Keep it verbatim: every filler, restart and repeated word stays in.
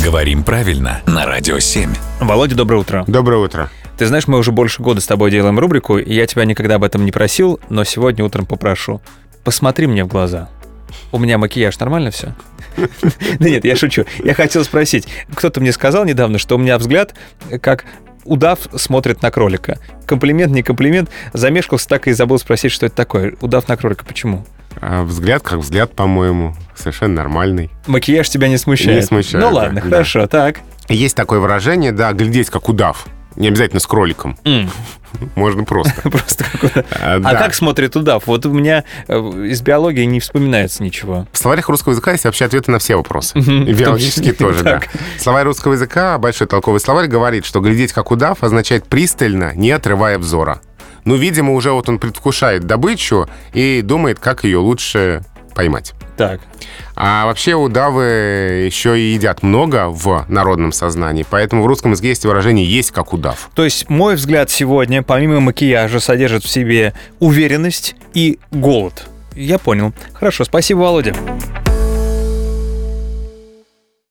Говорим правильно на Радио семь. Володя, доброе утро. Доброе утро. Ты знаешь, мы уже больше года с тобой делаем рубрику, и я тебя никогда об этом не просил, но сегодня утром попрошу. Посмотри мне в глаза. У меня макияж, нормально все? Да нет, я шучу. Я хотел спросить. Кто-то мне сказал недавно, что у меня взгляд как удав смотрит на кролика. Комплимент, не комплимент. Замешкался, так и забыл спросить, что это такое. Удав на кролика, почему? А взгляд как взгляд, по-моему, совершенно нормальный. Макияж тебя не смущает? Не смущает. Ну ладно, да, хорошо, да. так. Есть такое выражение, да, глядеть как удав. Не обязательно с кроликом. Mm. Можно просто. Просто как А, А да. как смотрит удав? Вот у меня э, из биологии не вспоминается ничего. В словарях русского языка есть вообще ответы на все вопросы. Мгм. И биологические В том тоже, числе. да. Так. Словарь русского языка, большой толковый словарь, говорит, что глядеть как удав означает пристально, не отрывая взора. Ну, видимо, уже вот он предвкушает добычу и думает, как ее лучше поймать. Так. А вообще удавы еще и едят много в народном сознании, поэтому в русском языке есть выражение «есть как удав». То есть мой взгляд сегодня, помимо макияжа, содержит в себе уверенность и голод. Я понял. Хорошо, спасибо, Володя.